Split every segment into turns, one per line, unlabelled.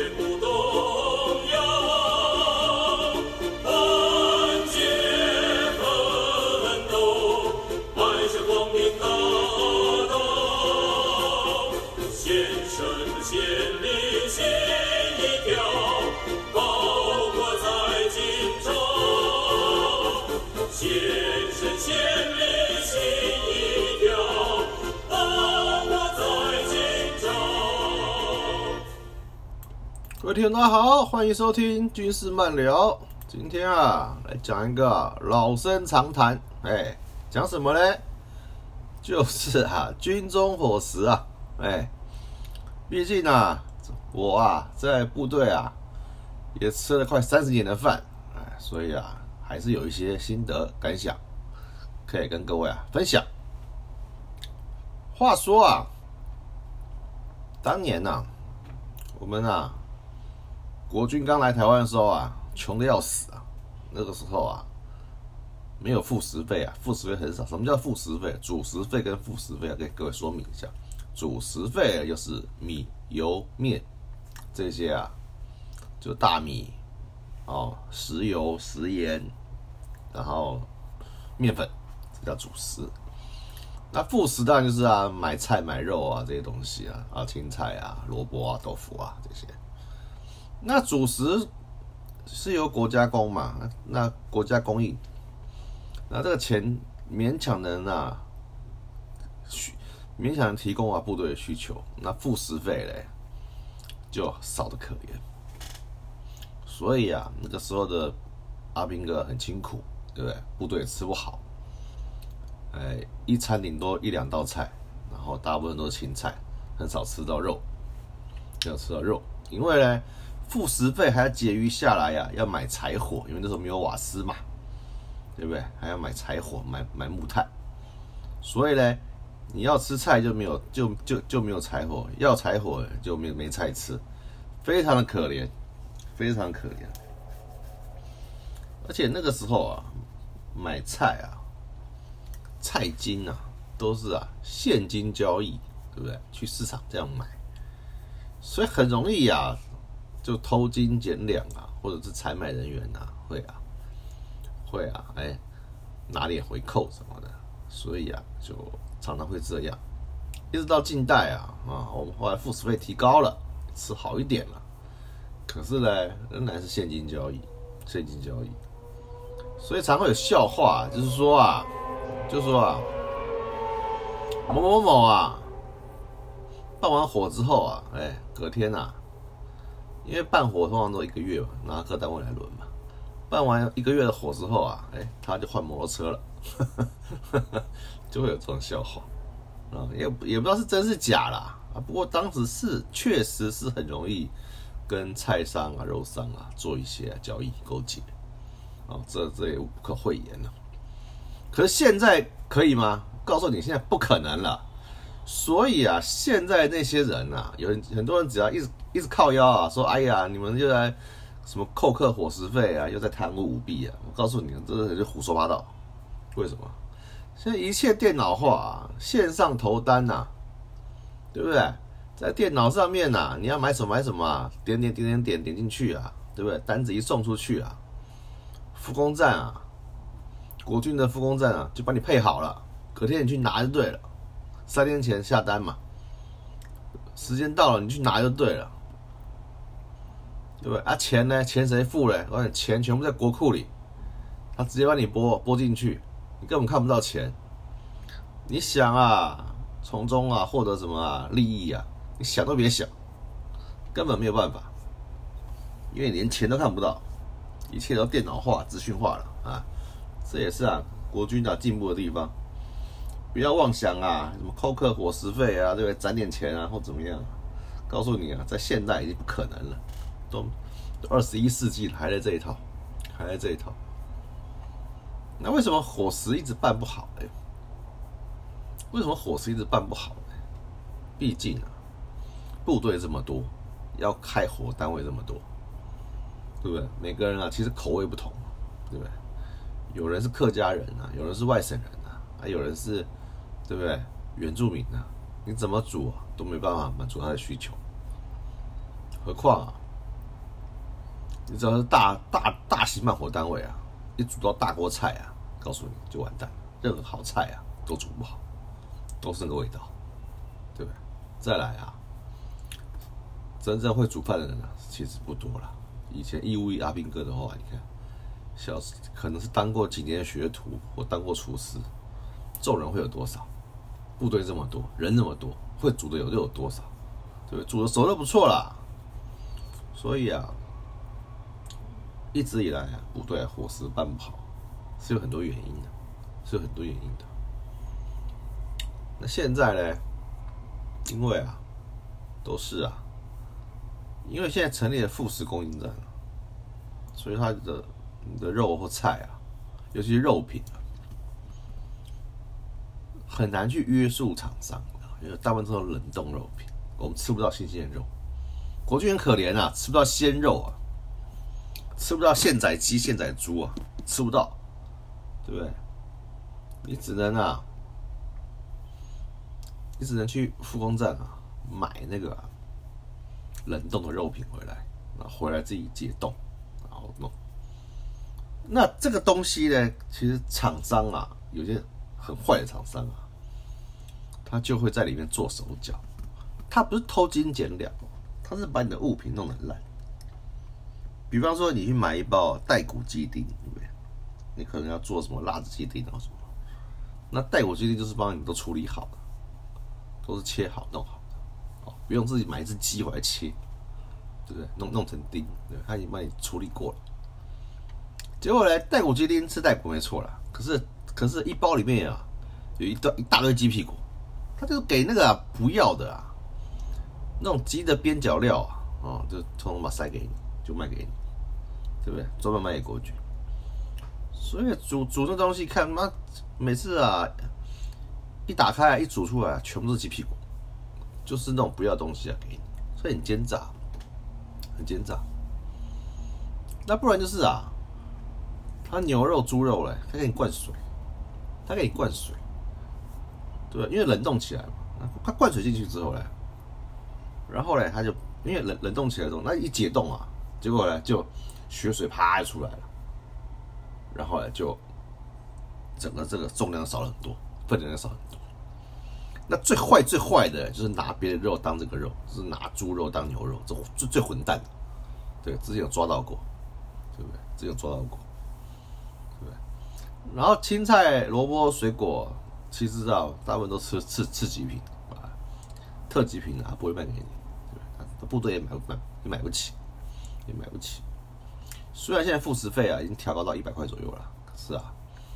不动摇，团结奋斗，迈向光明大道，献身献力心一条，报国在今朝，献身献力心一条，报国在今朝。
各位听众大家好，欢迎收听军事漫聊。今天啊，来讲一个老生常谈，讲什么呢？就是啊，军中伙食啊，毕竟啊，我啊在部队啊也吃了快30年的饭，所以啊，还是有一些心得感想可以跟各位啊分享。话说啊，当年啊，我们啊国军刚来台湾的时候啊，穷得要死啊。那个时候啊，没有副食费啊，副食费很少。什么叫副食费？主食费跟副食费啊，给各位说明一下。主食费就是米、油、面这些啊，就大米、食油、食盐，然后面粉，这叫主食。那副食当然就是啊，买菜买肉啊这些东西啊，青菜啊、萝卜啊、豆腐啊这些。那主食是由国家供嘛，那国家供应，那这个钱勉强能勉强提供啊部队的需求，那副食费嘞就少得可怜。所以啊，那个时候的阿兵哥很辛苦，对不对？部队也吃不好，一餐顶多1、2道菜，然后大部分都是青菜，很少吃到肉，因为呢。副食费还要结余下来呀，要买柴火，因为那时候没有瓦斯嘛，对不对？还要买柴火，买木炭，所以呢，你要吃菜就没有没有柴火，要柴火就没菜吃，非常的可怜，非常可怜。而且那个时候啊，买菜啊，菜金啊，都是现金交易，对不对？去市场这样买，所以很容易啊。就偷斤减两啊，或者是采买人员会拿点回扣什么的，所以啊，就常常会这样。一直到近代我们后来副食费提高了，吃好一点了，可是呢，仍然是现金交易。所以常会有笑话，就是说某某某啊，办完火之后啊，隔天啊。因为办火通常都1个月嘛，拿各单位来轮嘛。办完1个月的火之后啊，他就换摩托车了，就会有这种笑话啊，也不知道是真是假啦啊。不过当时确实是很容易跟菜商啊、肉商啊做一些交易勾结啊，这也不可讳言了。可是现在可以吗？告诉你，现在不可能了。所以啊，现在那些人啊，有很多人只要一直靠腰啊，说哎呀，你们又在什么扣课伙食费啊，又在贪污舞弊啊，我告诉你，这是胡说八道。为什么？现在一切电脑化线上投单对不对？在电脑上面你要买什么点进去对不对？单子一送出去复工站国军的复工站就帮你配好了，隔天你去拿就对了。3天前下单嘛，时间到了你去拿就对了，对不对？钱呢？钱谁付嘞？我讲钱全部在国库里，他直接帮你拨进去，你根本看不到钱。你想从中获得什么利益你想都别想，根本没有办法，因为你连钱都看不到，一切都电脑化、资讯化了这也是国军进步的地方。不要妄想什么扣课伙食费对不对？攒点钱或怎么样？告诉你在现代已经不可能了，都21世纪了，还在这一套。那为什么伙食一直办不好呢？毕竟部队这么多，要开火单位这么多，对不对？每个人其实口味不同，对不对？有人是客家人有人是外省人还有人是。对不对？原住民你怎么煮都没办法满足他的需求。何况你只要是大型慢火单位啊，一煮到大锅菜啊，告诉你就完蛋了，任何好菜啊都煮不好，都是那个味道，对不对？再来啊，真正会煮饭的人啊，其实不多啦。以前义务役阿兵哥的话，你看，可能是当过几年的学徒或当过厨师，这种人会有多少？部队这么多，人这么多，会煮的又有多少？对不对？煮的熟都不错啦。所以啊，一直以来啊，部队伙食办不好，是有很多原因的，是有很多原因的。那现在呢？因为啊，都是啊，因为现在成立了副食供应站，所以你的肉或菜啊，尤其是肉品啊，很难去约束厂商，因为大部分都是冷冻肉品，我们吃不到新鲜肉。国军很可怜啊，吃不到鲜肉啊，吃不到现宰鸡、现宰猪啊，吃不到，对不对？你只能去复工站啊买那个冷冻的肉品回来，然后回来自己解冻，然后弄。那这个东西呢，其实厂商啊，有些很坏的厂商啊，他就会在里面做手脚。他不是偷斤减两，他是把你的物品弄得烂。比方说，你去买一包带骨鸡丁，对不对？你可能要做什么辣子鸡丁啊什么，那带骨鸡丁就是帮你都处理好的。都是切好弄好的，不用自己买一只鸡回来切，对不对？弄成丁，对，他已经帮你处理过了。结果呢，带骨鸡丁是带骨没错啦，可是一包里面啊有一大堆鸡屁股，他就给那个不要的啊，那种鸡的边角料啊，就通通把塞给你，就卖给你，对不对？专门卖给国军。所以煮这东西，看妈每次啊。一打开一煮出来，全部都是鸡屁股，就是那种不要的东西啊给你，所以很奸诈，很奸诈。那不然就是啊，他牛肉、猪肉嘞，他给你灌水，对吧？因为冷冻起来嘛，他灌水进去之后嘞，然后嘞他就因为冷冻起来之后，那一解冻啊，结果呢就血水啪就出来了，然后呢就整个这个重量少了很多。分量少很多。那最坏的就是拿别的肉当这个肉，就是拿猪肉当牛肉，这最混蛋的。对，之前有抓到过，对不对？之前有抓到过，对不对？然后青菜、萝卜、水果，其实啊，大部分都次级品啊，特级品啊，不会卖给你，对不对？部队也买不起。虽然现在副食费啊已经调高到100块左右了，可是啊，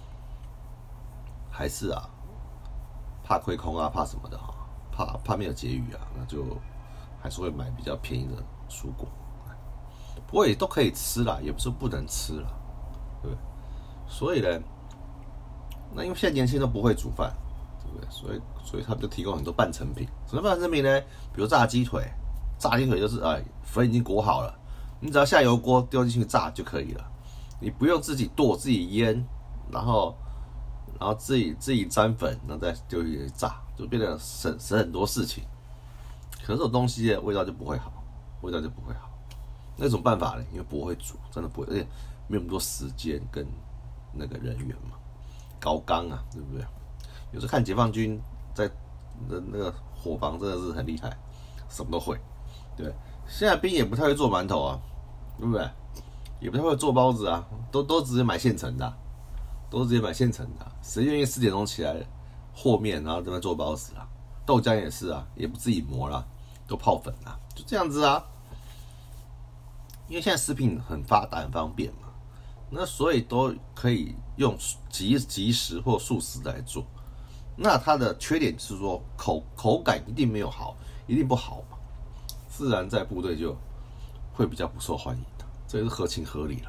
还是啊。怕亏空啊，怕什么的哈，怕没有结余啊，那就还是会买比较便宜的蔬果。不过也都可以吃啦，也不是不能吃啦，对不对？所以呢，那因为现在年轻人都不会煮饭，对不对？所以他们就提供很多半成品。什么半成品呢？比如炸鸡腿就是粉已经裹好了，你只要下油锅丢进去炸就可以了，你不用自己剁自己腌，然后自己沾粉，然后再丢进去炸，就变得省很多事情。可是这种东西的味道就不会好。那种办法呢？因为不会煮，真的不会，而且没有那么多时间跟那个人员嘛，高纲啊，对不对？有时候看解放军在那个伙房真的是很厉害，什么都会，对不对？现在兵也不太会做馒头啊，对不对？也不太会做包子啊，都直接买现成的。谁愿意4点钟起来和面，然后在那做包子啊？豆浆也是啊，也不自己磨啦，都泡粉啦，就这样子啊。因为现在食品很发达很方便嘛，那所以都可以用即食或速食来做。那它的缺点是说口感一定没有好，一定不好嘛，自然在部队就会比较不受欢迎的，这也是合情合理了。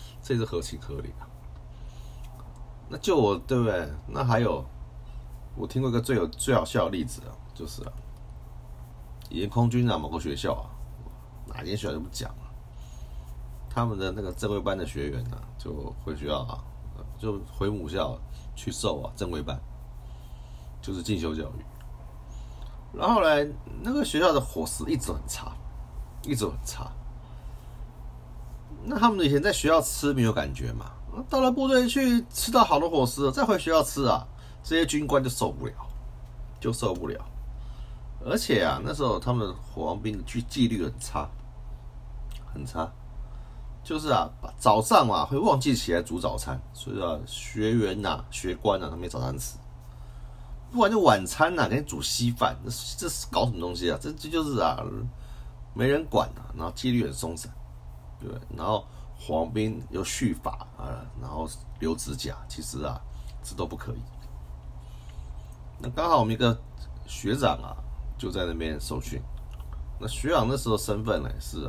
那就我对不对？那还有，我听过一个最好笑的例子啊，就是啊，以前空军啊某个学校啊，哪间学校就不讲了，他们的那个正卫班的学员啊，就回学校啊，就回母校去受啊正卫班，就是进修教育。然后呢，那个学校的伙食一直很差。 那他们以前在学校吃没有感觉嘛，到了部队去吃到好的伙食了，再回学校吃啊，这些军官就受不了，就受不了。而且啊，那时候他们火王兵的纪律很差，很差。就是啊，早上啊会忘记起来煮早餐，所以啊，学员呐、学官呐、他没早餐吃。不然就晚餐呐、给你煮稀饭，这是搞什么东西啊？这就是啊，没人管啊，然后纪律很松散，对不对？然后火王兵又蓄发啊，然后留指甲，其实啊，这都不可以。那刚好我们一个学长啊，就在那边受训。那学长那时候身份呢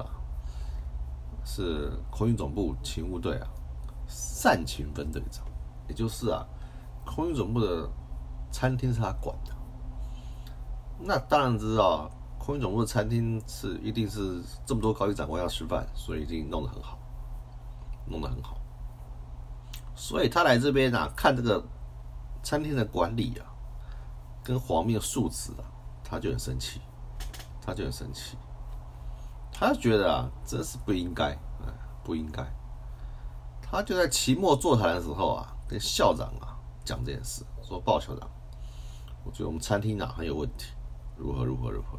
是空军总部勤务队啊善勤分队长，也就是啊空军总部的餐厅是他管的。那当然知道空军总部的餐厅一定是这么多高级长官要吃饭，所以一定弄得很好，弄得很好。所以他来这边啊看这个餐厅的管理啊，跟皇命的素质啊，他就很生气，他就很生气。他觉得啊，真是不应该，不应该。他就在期末座谈的时候啊，跟校长啊讲这件事，说报校长，我觉得我们餐厅啊很有问题，如何。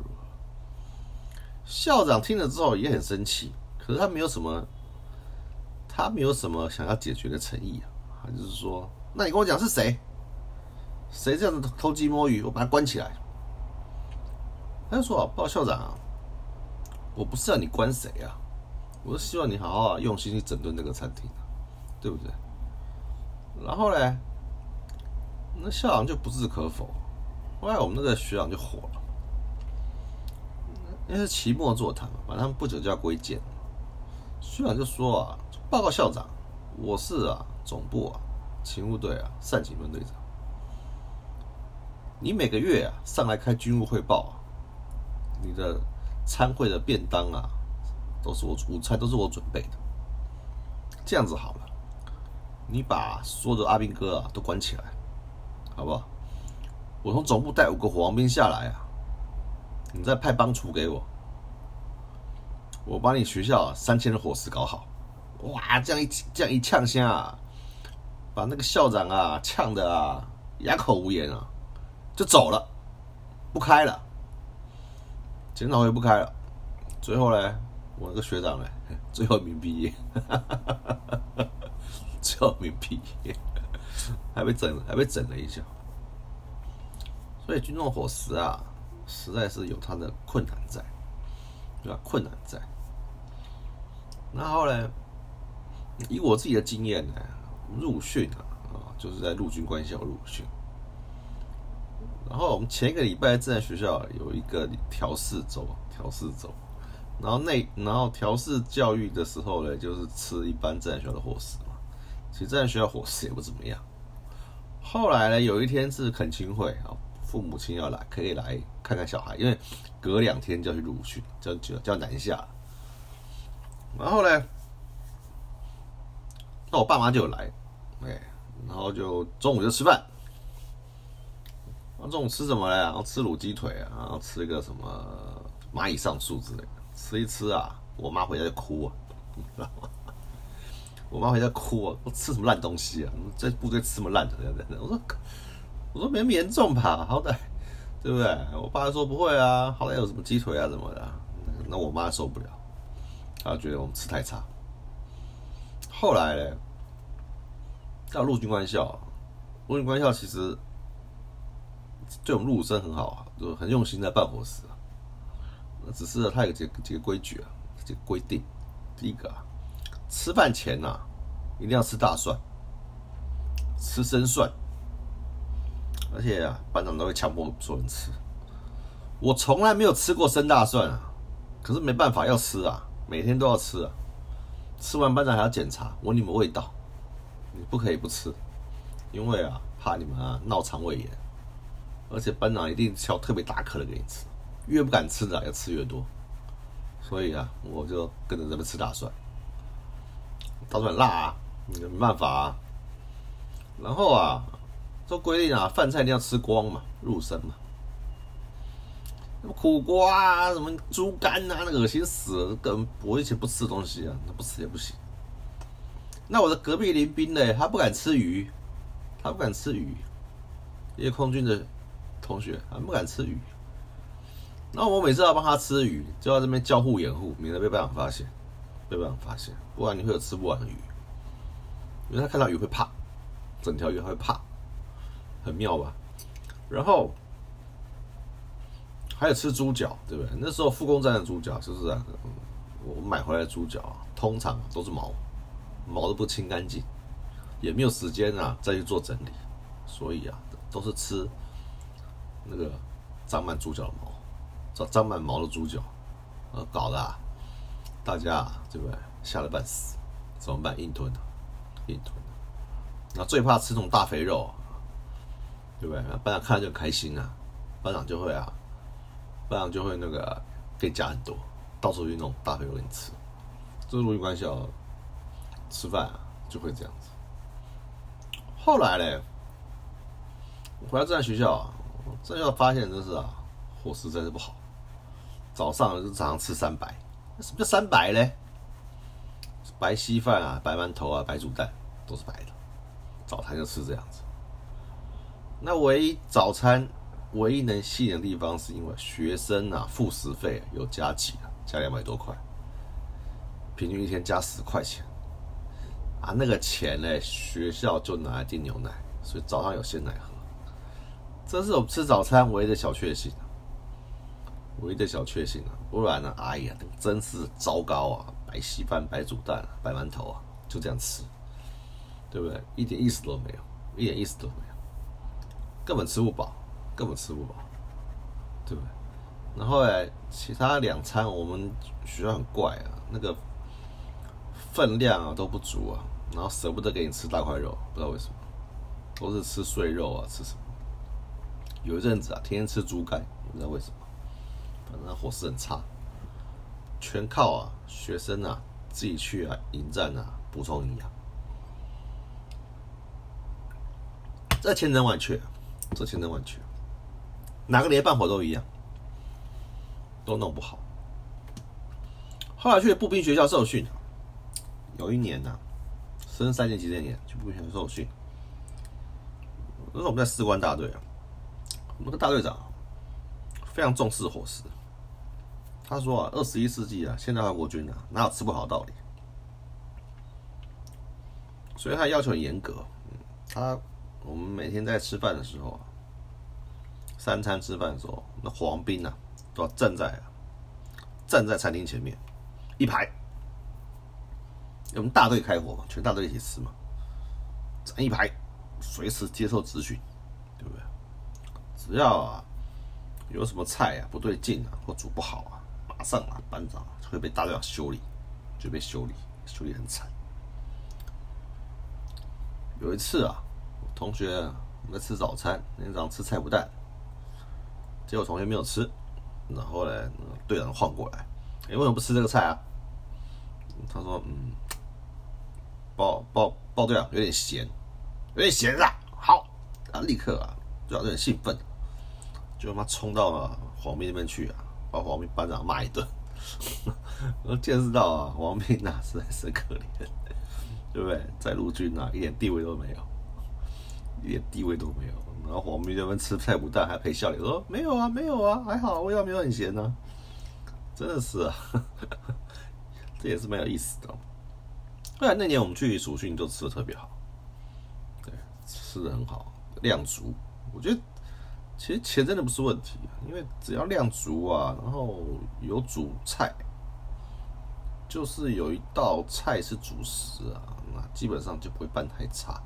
校长听了之后也很生气，可是他没有什么想要解决的诚意啊。他就是说，那你跟我讲是谁这样子偷鸡摸鱼，我把他关起来。他就说啊，报校长啊。我不是让你关谁啊，我是希望你好好用心去整顿这个餐厅，对不对？然后呢，那校长就不置可否。后来我们那个学长就火了，因为是期末座谈嘛，反正他们不久就要归建。学长就说啊，报告校长，我是啊总部啊勤务队啊善勤分队长，你每个月啊上来开军务汇报啊，你的餐会的便当啊，午餐都是我准备的。这样子好了，你把所有的阿兵哥啊都关起来，好不好？我从总部带5个火王兵下来啊，你再派帮厨给我，我把你学校3000的伙食搞好。哇，这样一呛下啊，把那个校长啊呛的啊哑口无言啊，就走了，不开了。检讨会不开了，最后呢，我那个学长呢，最后一名毕业，最后一名毕业，还被整了一下。所以军中伙食啊，实在是有它的困难在，对吧？困难在。然后呢，以我自己的经验呢，入训啊，就是在陆军官校入训。然后我们前一个礼拜在学校有一个调试周，然后调试教育的时候呢，就是吃一般自然学校的伙食嘛。其实自然学校伙食也不怎么样。后来呢，有一天是恳亲会啊，父母亲要来，可以来看看小孩，因为隔2天就要去入训，就要南下了。然后呢，那我爸妈就有来，然后就中午就吃饭。中午吃什么呢？然后吃卤鸡腿啊，然后吃一个什么蚂蚁上树之类的。吃一吃啊，我妈回家就哭啊，你知道吗？我妈回家哭啊，我吃什么烂东西啊？在部队吃什么烂的？我说没那么严重吧，好歹对不对？我爸说不会啊，好歹有什么鸡腿啊什么的。那我妈受不了，她觉得我们吃太差。后来呢，到陆军官校，其实对我们入伍生很好啊，就很用心在办伙食啊。只是它有几个规矩啊，几个规定。第一个啊，吃饭前啊，一定要吃大蒜，吃生蒜，而且啊，班长都会强迫所有人吃。我从来没有吃过生大蒜啊，可是没办法要吃啊，每天都要吃啊。吃完班长还要检查，闻你们味道，你不可以不吃，因为啊，怕你们啊闹肠胃炎。而且班长一定挑特别大颗的给你吃，越不敢吃的要吃越多。所以啊，我就跟着这边吃大蒜，大蒜很辣啊，没办法啊。然后啊，这规定啊，饭菜一定要吃光嘛，入生嘛。 什么苦瓜啊，什么猪肝啊，那个恶心死了，根本我以前不吃的东西啊，那不吃也不行。那我的隔壁邻兵呢，他不敢吃鱼，一个空军的同学，他不敢吃鱼。然后我每次要帮他吃鱼，就要这边交互掩护，免得被班长发现，不然你会有吃不完的鱼。因为他看到鱼会怕，整条鱼他会怕，很妙吧？然后还有吃猪脚，对不对？那时候复工站的猪脚就是啊，我买回来的猪脚啊，通常都是毛都不清干净，也没有时间啊再去做整理，所以啊，都是吃那个长满猪脚的毛，长满毛的猪脚，搞的啊，大家啊，对不对？吓得半死，怎么办？硬吞。那最怕吃那种大肥肉，对不对？班长看了就很开心啊，班长就会那个给你加很多，到处去那种大肥肉给你吃。这陆军官校吃饭啊就会这样子。后来嘞，我回到战学校啊，战校发现就是啊，伙食真是不好。早上就常常吃3白，什么叫3白嘞？白稀饭啊，白馒头啊，白煮蛋都是白的，早餐就吃这样子。那早餐唯一能吸引的地方，是因为学生啊副食费有加起啊，加200多块，平均一天加10块钱啊。那个钱呢，学校就拿来订牛奶，所以早上有鲜奶喝。这是我吃早餐唯一的小确幸啊，不然呢，哎呀，真是糟糕啊！白稀饭、白煮蛋、白馒头啊，就这样吃，对不对？一点意思都没有，根本吃不饱，对不对？然后其他2餐我们学校很怪啊，那个分量啊都不足啊，然后舍不得给你吃大块肉，不知道为什么，都是吃碎肉啊，吃什么？有一阵子啊，天天吃猪肝，不知道为什么，反正伙食很差。全靠啊学生啊自己去啊营站啊补充营养，这千真万确，哪个连办伙都一样，都弄不好。后来去步兵学校受训，有一年啊，升3年级那年去步兵学校受训，那时候我们在士官大队啊，我们的大队长非常重视伙食。他说啊，21世纪啊，现代化国军啊，哪有吃不好的道理？所以他要求很严格。我们每天在吃饭的时候啊，3餐吃饭的时候，那黄兵啊都要站在餐厅前面一排。我们大队开火嘛，全大队一起吃嘛，站一排，随时接受咨询，对不对？只要啊有什么菜啊不对劲啊，或煮不好啊，马上啊，班长会被大队长修理，修理很惨。有一次啊，我同学我们在吃早餐，那天早上吃菜不蛋，结果同学没有吃，然后呢，队长晃过来，为什么不吃这个菜啊？他说，报队长有点咸啊，好，啊，立刻啊，队长有点兴奋，就他妈冲到了黄斌那边去啊，把黄斌班长骂一顿。我见识到啊，黄斌啊实在是可怜，对不对？在陆军啊，一点地位都没有。然后黄斌在那边吃菜脯蛋，还陪笑脸说没有啊，还好，味道没有很咸啊。真的是啊，这也是蛮有意思的。后来那年我们去暑训就吃的特别好，对，吃的很好，量足。我觉得其实钱真的不是问题，因为只要量足啊，然后有主菜，就是有一道菜是主食啊，那基本上就不会办太差，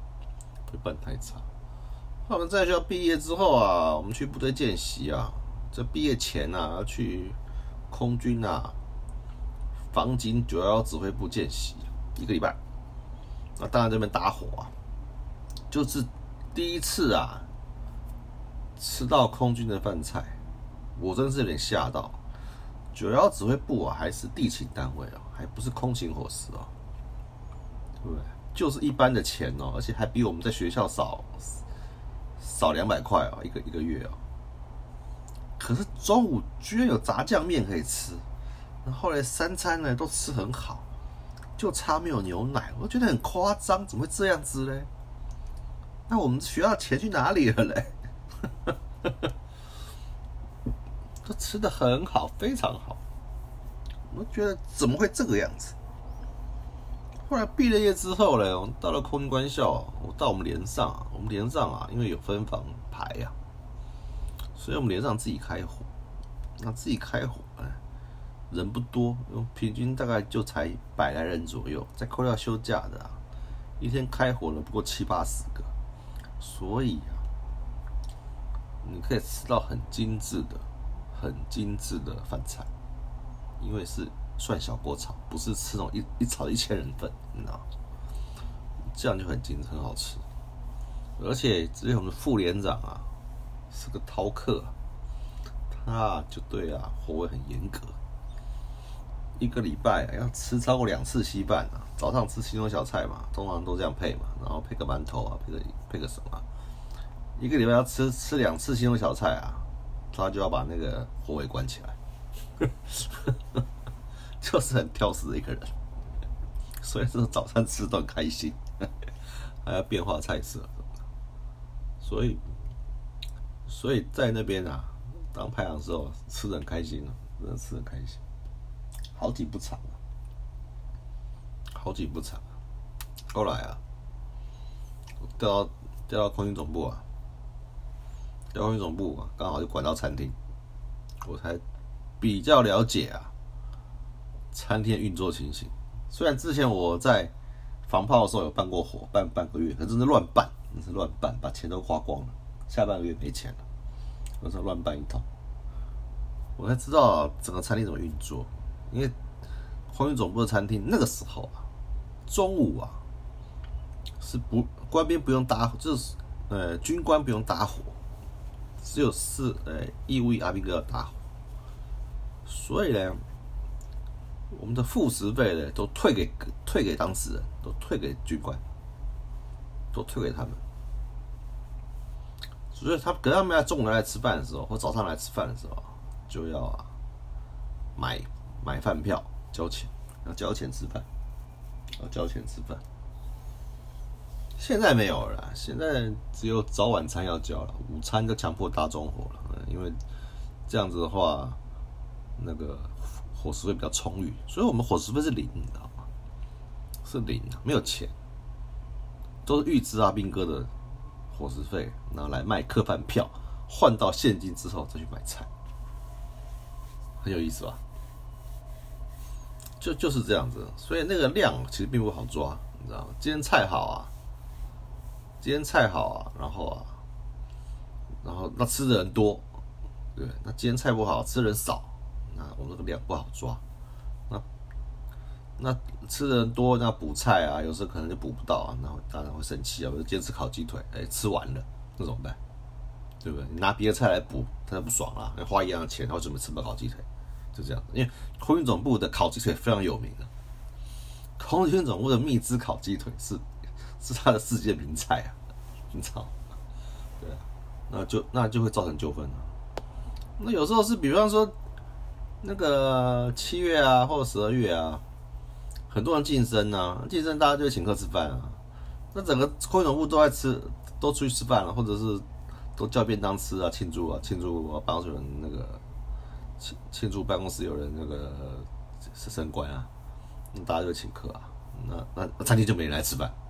那我们在学校毕业之后啊，我们去部队见习啊，在毕业前啊，要去空军啊防警911指挥部见习1个礼拜。那当然这边打火啊，就是第一次啊吃到空军的饭菜，我真是有点吓到。911指挥部啊，还是地勤单位哦，还不是空勤伙食哦，对不对？就是一般的钱哦，而且还比我们在学校少200块哦，一个月哦。 可是中午居然有炸酱面可以吃，然后呢3餐呢都吃很好，就差没有牛奶，我觉得很夸张，怎么会这样子呢？那我们学校钱去哪里了嘞？都吃得很好，非常好，我觉得怎么会这个样子？后来毕了业之后呢，我到了空军官校，我到我们连上啊，因为有分房排啊，所以我们连上自己开火。那自己开火，人不多，平均大概就才100来人左右，再扣掉休假的啊，一天开火了不过70-80个，所以啊，你可以吃到很精致的饭菜，因为是涮小锅炒，不是吃那种一炒1000人份，你知道吗？这样就很精致，很好吃。而且之前我们的副连长啊，是个饕客，他就对啊火味很严格，一个礼拜要吃超过2次稀饭啊。早上吃西装小菜嘛，通常都这样配嘛，然后配个馒头啊，配个什么，一个礼拜要吃2次西装小菜啊，他就要把那个火味关起来，就是很挑食的一个人，所以这个早餐吃都很开心，还要变化菜色，所以在那边啊，当排长的时候吃得很开心啊，真的吃得很开心，好景不长啊。后来啊，调到空军总部啊，刚好就管到餐厅，我才比较了解啊餐厅运作情形。虽然之前我在防炮的时候有办过火，办半个月，可是真是乱办，把钱都花光了，下半个月没钱了，那时候乱办一通，我才知道整个餐厅怎么运作。因为空军总部的餐厅那个时候啊，中午啊是官兵不用搭，就是军官不用搭伙，只有义务役阿兵哥要搭伙，所以呢，我们的副食费呢都退给当事人，都退给军官，都退给他们。所以可是他们在中午来吃饭的时候，或早上来吃饭的时候，就要买饭票，交钱，要交钱吃饭，现在没有了啦，现在只有早晚餐要交了，午餐就强迫大中伙了，因为这样子的话，那个伙食费比较充裕，所以我们伙食费是0，你知道吗？是0，没有钱，都是预支阿兵哥的伙食费，拿来卖客饭票，换到现金之后再去买菜，很有意思吧？就是这样子，所以那个量其实并不好抓，你知道吗？今天菜好啊，然后那吃的人多，对，那今天菜不好，吃的人少，那我们这个量不好抓。那吃的人多，那补菜啊，有时候可能就补不到啊，那当然会生气啊。比如今天吃烤鸡腿，吃完了，那怎么办？对不对？你拿别的菜来补，他就不爽啦，花一样的钱，他为什么吃不到烤鸡腿？就这样，因为空军总部的烤鸡腿非常有名的，空军总部的蜜汁烤鸡腿是他的世界名菜啊，你知道吗？对啊，那就会造成纠纷了。那有时候是，比方说那个7月啊，或者12月啊，很多人晋升啊，晋升大家就会请客吃饭啊。那整个空军总部都出去吃饭了，或者是都叫便当吃啊，庆祝办公室有人那个庆祝办公室有人那个升官啊，那大家就会请客啊。那餐厅就没人来吃饭，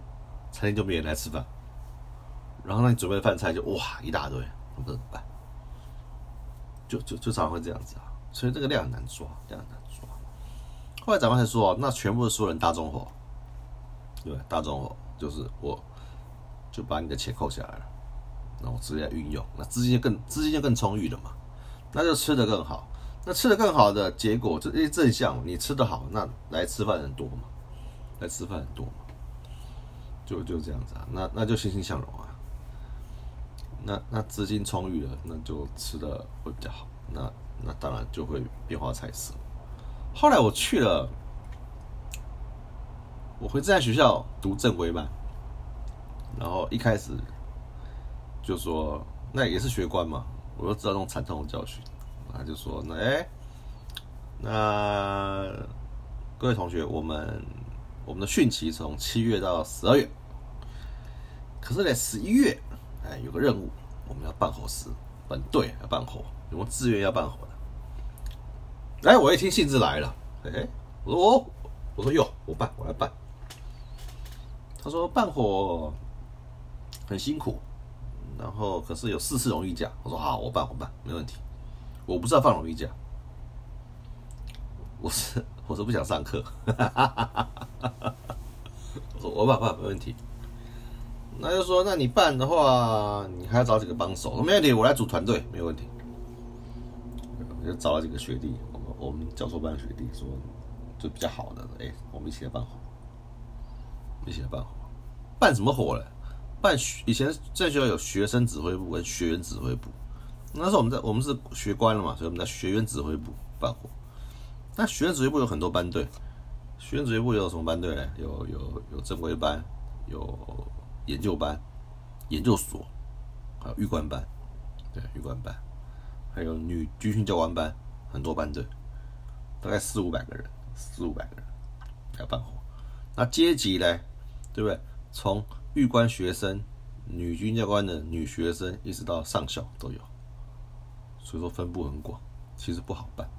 然后那你准备的饭菜就哇一大堆，那怎么办？就常常会这样子啊，所以这个量很难抓。后来长官才说，那全部是所有人大中伙，对，大中伙就是我就把你的钱扣下来了，那我直接运用，那资金就更充裕了嘛，那就吃得更好。那吃得更好的结果，这些正向，你吃得好，那来吃饭人多嘛，就这样子啊，那就欣欣向荣啊。那资金充裕了，那就吃的会比较好，那当然就会变化菜色。后来我回正在学校读正规班，然后一开始就说那也是学官嘛，我就知道那种惨痛的教训。 他就说那各位同学，我们的汛期从7月到12月，可是呢11月，有个任务，我们要办火师，本队要办火，有没有自愿要办火的？我一听兴致来了，我说哟，我来办。他说办火很辛苦，然后可是有4次荣誉假。我说好，我办，没问题。我不是要放荣誉假，我是不想上课。我说我办，没问题。那就说，那你办的话，你还要找几个帮手？我说没问题，我来组团队，没有问题。我就找了几个学弟，我们教授班的学弟说，就比较好的，我们一起来办火，办什么火呢？以前在学校有学生指挥部跟学员指挥部，那时候我们是学官了嘛，所以我们在学员指挥部办火。那学员指挥部有很多班队，学员指挥部有什么班队呢？有正规班，有研究班、研究所，还有预官班，对，预官班，还有女军训教官班，很多班队，大概400-500个人来办火。那阶级呢，对不对？从预官学生、女军教官的女学生，一直到上校都有，所以说分布很广，其实不好办。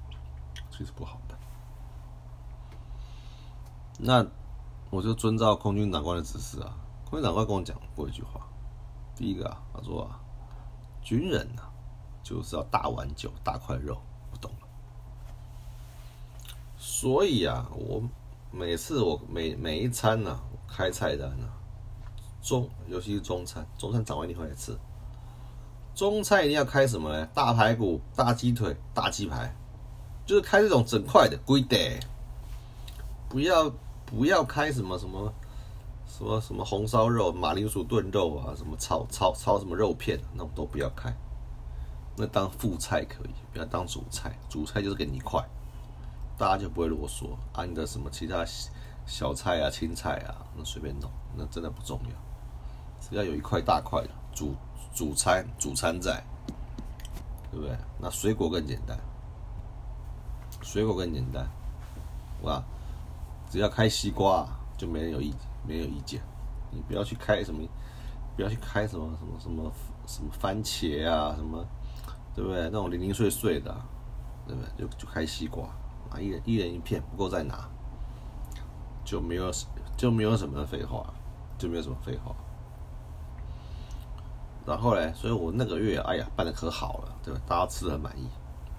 那我就遵照空军长官的指示啊，空军长官跟我讲过一句话，第一个他说军人就是要大碗酒、大块肉，我懂了。所以我每次每一餐我开菜单尤其是中餐长官一定会来吃。中餐一定要开什么呢？大排骨、大鸡腿、大鸡排，就是开这种整块的，规的，不要开什么红烧肉、马铃薯炖肉什么炒什么肉片，那种都不要开。那当副菜可以，不要当主菜。主菜就是给你一块，大家就不会啰嗦你的什么其他小菜青菜那随便弄，那真的不重要。只要有一块大块的主餐在，对不对？那水果更简单，哇！只要开西瓜就没人有意见。你不要去开什么番茄什么，对不对？那种零碎的，对不对？就开西瓜一人一片，不够再拿，就没有什么废话。然后呢，所以我那个月办得可好了，对吧？大家吃得很满意。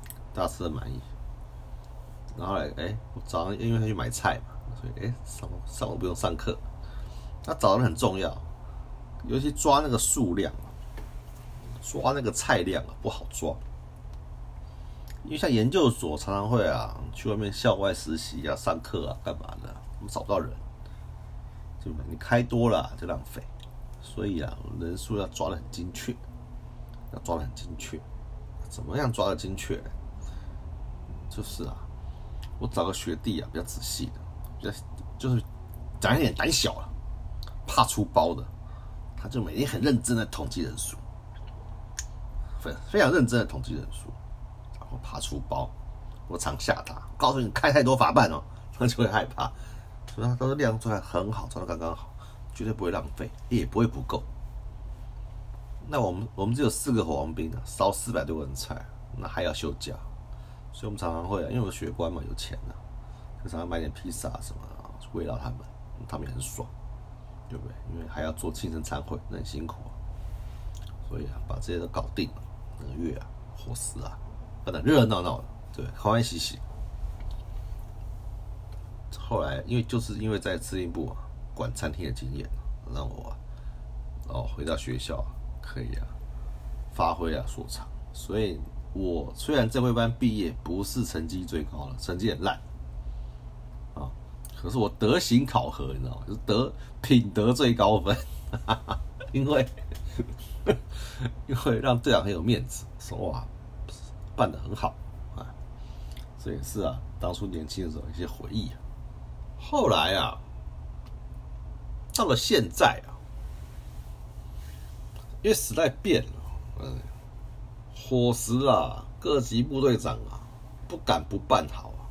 然后我早上因为他去买菜嘛，所以上午不用上课。那早上很重要，尤其抓那个数量，抓那个菜量不好抓。因为像研究所常常会去外面校外实习上课干嘛的，我们找不到人，对不对？你开多了就浪费。所以人数要抓得很精确，怎么样抓得精确呢？就是我找个学弟比较仔细的，就是讲一点胆小怕出包的，他就每天很认真的统计人数，非常认真的统计人数，然后怕出包，我常吓他，告诉你开太多法办他就会害怕，所以他都是量出来很好，抓得刚刚好。绝对不会浪费，也不会不够。那我们只有4个火王兵烧400多个人菜，那还要休假，所以我们常常会因为我学官嘛，有钱就常常买点披萨什么慰劳他们，他们也很爽，对不对？因为还要做庆生餐会，那很辛苦所以把这些都搞定了，那个月伙食办得热热闹闹的，对，欢欢喜喜。后来就是因为在司令部管餐厅的经验，让我回到学校可以发挥所长。所以我虽然正规班毕业，不是成绩最高的，成绩很烂可是我德行考核，你知道吗？就是品德最高分，因为让队长很有面子，说办得很好这也是当初年轻的时候一些回忆后来到了现在因为时代变了，伙食各级部队长啊，不敢不办好啊，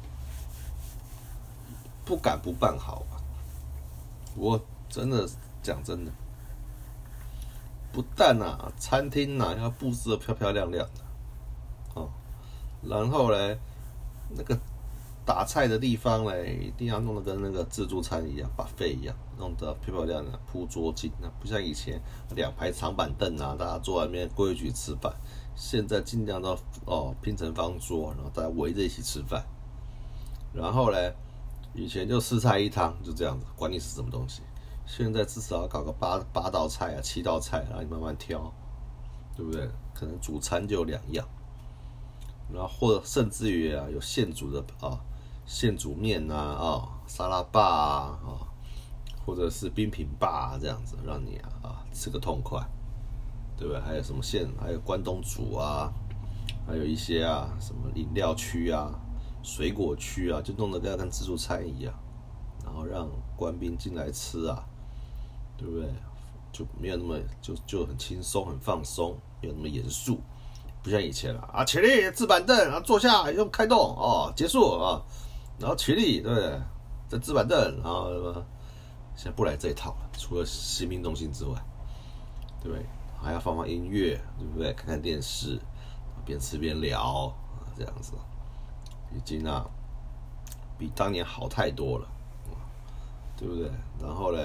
不敢不办好啊。我真的讲真的，不但啊餐厅啊要布置得漂漂亮亮的，哦，然后呢，那个打菜的地方呢，一定要弄得跟那个自助餐一样，buffet一样，弄得漂漂亮亮，铺桌巾啊，不像以前2排长板凳啊，大家坐在那边规矩吃饭。现在尽量都拼成方桌，然后大家围着一起吃饭。然后呢，以前就4菜1汤就这样子，管你是什么东西。现在至少要搞个八道菜啊，7道菜，然后你慢慢挑，对不对？可能主餐就有2样，然后或者甚至于啊有现煮的现煮面啊沙拉吧啊或者是冰品吧这样子，让你吃个痛快。对不对？还有什么还有关东煮啊，还有一些什么饮料区啊、水果区啊，就弄得跟自助餐一样，然后让官兵进来吃啊，对不对？就没有那么就很轻松、很放松，没有那么严肃，不像以前起立，置板凳，然后坐下，用开动结束然后起立，对不对？再置板凳，然后现在不来这一套了，除了新兵中心之外，对不对？还要放音乐，对不对？看看电视，边吃边聊这样子，已经比当年好太多了，对不对？然后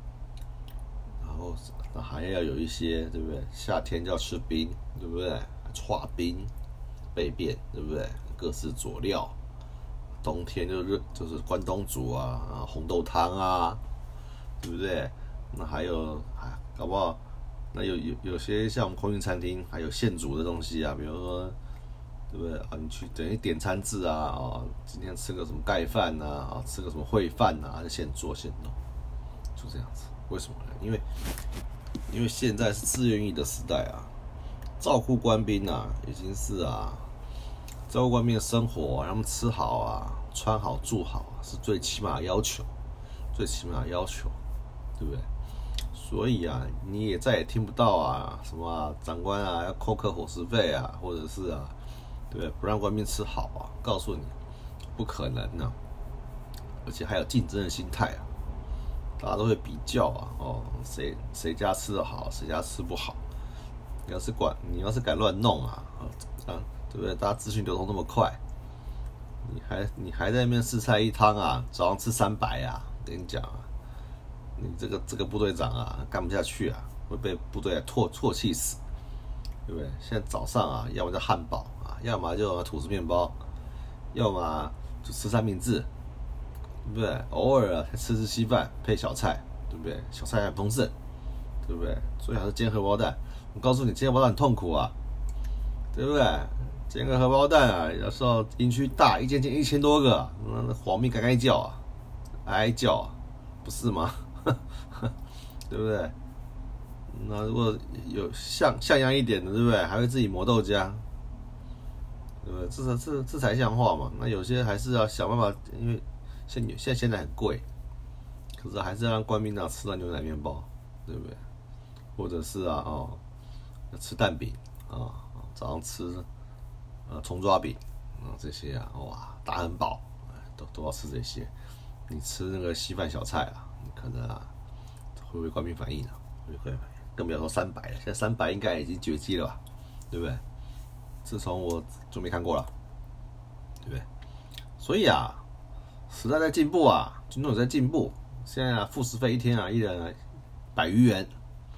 还要有一些，对不对？夏天就要吃冰，对不对？剉冰、备便，对不对？各式佐料。冬天就是关东煮红豆汤对不对？那还有搞不好。那有些像我们空运餐厅还有现煮的东西比如说，对不对你去等于点餐制今天吃个什么盖饭吃个什么烩饭就现做现弄，就这样子。为什么呢？因为现在是自愿役的时代照顾官兵已经是照顾官兵的生活让他们吃好穿好住好是最起码的要求，对不对？所以你也再也听不到什么长官要扣课伙食费或者是对不对？不让官兵吃好告诉你不可能而且还有竞争的心态大家都会比较谁家吃得好，谁家吃不好。你要是敢乱弄对不对？大家资讯流通那么快，你还在那边4菜1汤早上吃300跟你讲你这个部队长干不下去会被部队唾弃死，对不对？现在早上要么就汉堡要么就吐司面包，要么就吃三明治，对不对？偶尔吃稀饭配小菜，对不对？小菜很丰盛，对不对？最好是煎荷包蛋。我告诉你，煎荷包蛋很痛苦对不对？煎个荷包蛋有时候营区大，一间1000多个，那黄命该叫哀叫不是吗？对不对？那如果有像样一点的，对不对？还会自己磨豆浆，对不对？这才像话嘛。那有些还是要想办法，因为现在很贵，可是还是要让官兵吃到牛奶面包，对不对？或者是吃蛋饼早上吃葱抓饼这些哇打很饱，都要吃这些。你吃那个稀饭小菜你可能会不会官兵反应更不要说300了，现在300应该已经绝迹了吧，对不对？自从我就没看过了，对不对？所以时代在进步军中也在进步。现在副食费一天一人100余元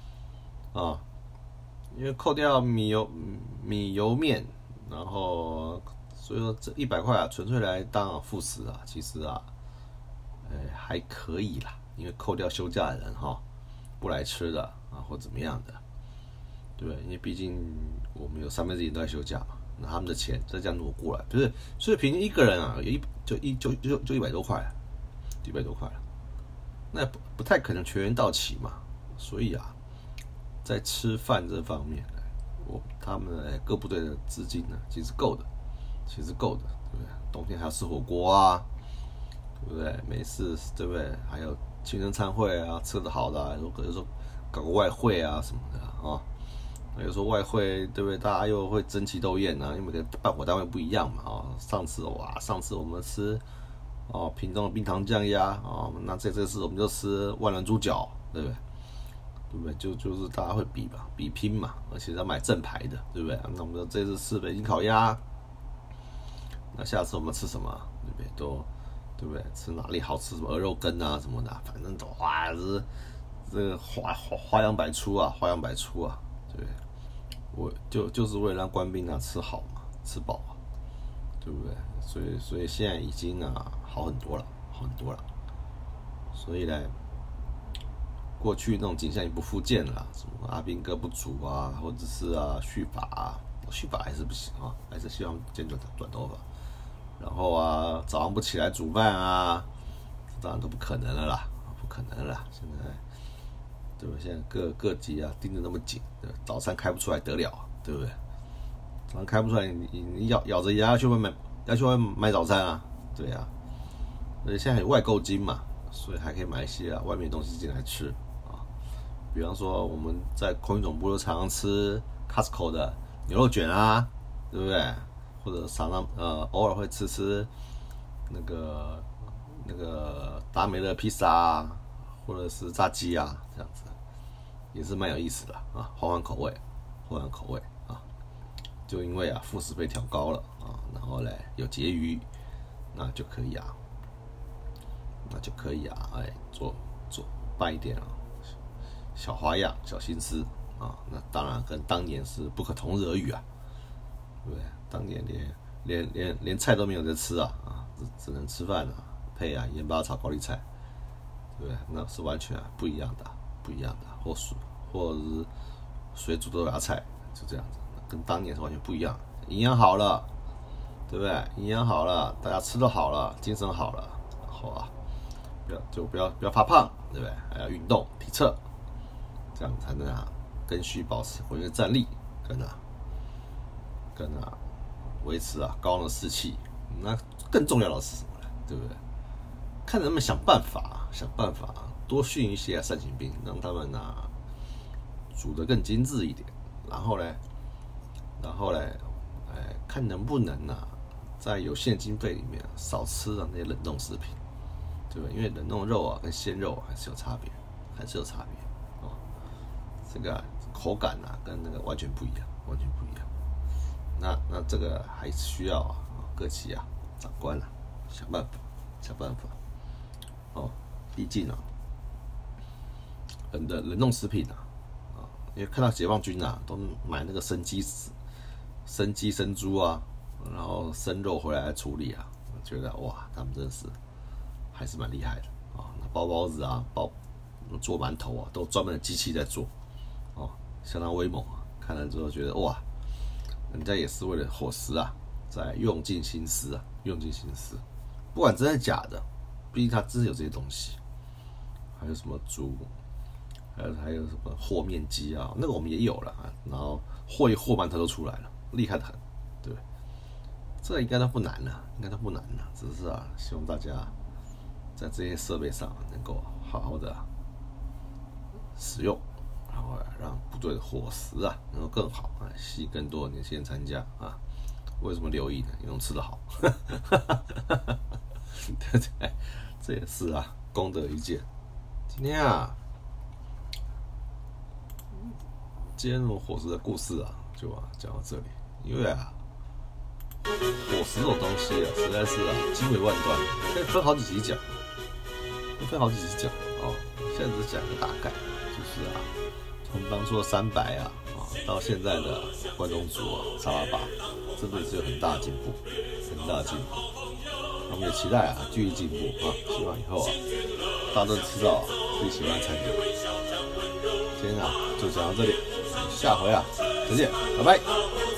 因为扣掉米油面，然后所以说这100块纯粹来当副食其实还可以啦，因为扣掉休假的人不来吃的或怎么样的，对不对？因为毕竟我们有1/3都在休假嘛，那他们的钱再这样挪过来，不是？所以平均一个人就100多块了，100多块了，那不太可能全员到齐嘛，所以在吃饭这方面，他们各部队的资金其实够的，对不对？冬天还要吃火锅对不对？没事，对不对？还有庆生餐会吃得好的有时候搞个外汇什么的有时候外汇对不对？大家又会争奇斗艳啊，因为每个办火单位不一样嘛上次我们吃屏东的冰糖酱鸭那这次我们就吃万峦猪脚，对不对？对不对？就是大家会比拼嘛，而且要买正牌的，对不对？那我们这次吃北京烤鸭，那下次我们吃什么？对不对？对不对？吃哪里好吃？什么鹅肉羹啊什么的，反正都这个花样百出啊，花样百出啊，对不对？我就是为了让官兵吃好嘛，吃饱啊，对不对？所以现在已经好很多了，好很多了。所以呢，过去那种景象也不复见了，什么阿兵哥不足啊，或者是蓄发还是不行还是希望剪短头发。然后早上不起来煮饭当然都不可能了啦，不可能了。现在对不对？现在各级盯得那么紧，早餐开不出来得了，对不对？早上开不出来，你咬着牙要去外面买早餐对而且现在有外购金嘛，所以还可以买一些外面的东西进来吃比方说我们在空运总部都常常吃 Costco 的牛肉卷对不对？或者偶尔会吃那个达美乐披萨或者是炸鸡这样子，也是蛮有意思的换口味就因为副食费调高了然后呢有结余，那就可以做办一点小花样、小心思那当然跟当年是不可同日而语对不对？当年连菜都没有在吃只能吃饭配盐巴炒高丽菜，对不对？那是完全不一样的，或者是水煮豆芽菜，就这样子，跟当年是完全不一样。营养好了，对不对？营养好了，大家吃得好了，精神好了，然后不要发胖，对不对？还要运动体测，这样才能更需保持活跃战力，跟维持高昂的士气。那更重要的是什么呢？对不对？看能不能想办法多训一些散行兵，让他们煮得更精致一点。然后呢，看能不能在有限经费里面少吃那些冷冻食品，对不对？因为冷冻肉跟鲜肉还是有差别这个口感跟那个完全不一样。那这个还需要各级长官想办法毕竟冷冻食品因为看到解放军都买那个生鸡、生猪然后生肉回来处理我觉得他们真的是还是蛮厉害的那包子做馒头都专门的机器在做相当威猛看了之后觉得人家也是为了伙食在用尽心思不管真的假的，毕竟他真的有这些东西，还有什么猪，还有什么和面机那个我们也有了然后和馒头都出来了，厉害的很，对，这个应该都不难了，只是希望大家在这些设备上能够好好的使用，然后让部队的伙食能够更好吸更多的年轻人参加为什么留意呢？因为吃得好对不对？这也是功德一件。今天这种伙食的故事就讲到这里，因为伙食这种东西实在是经纬万端，可以分好几集讲，现在只讲个大概，就是从当初的300到现在的关东煮388，真的是有很大的进步。我们也期待继续进步希望以后大家都吃到自己喜欢的餐点。今天就讲到这里，下回再见，拜拜。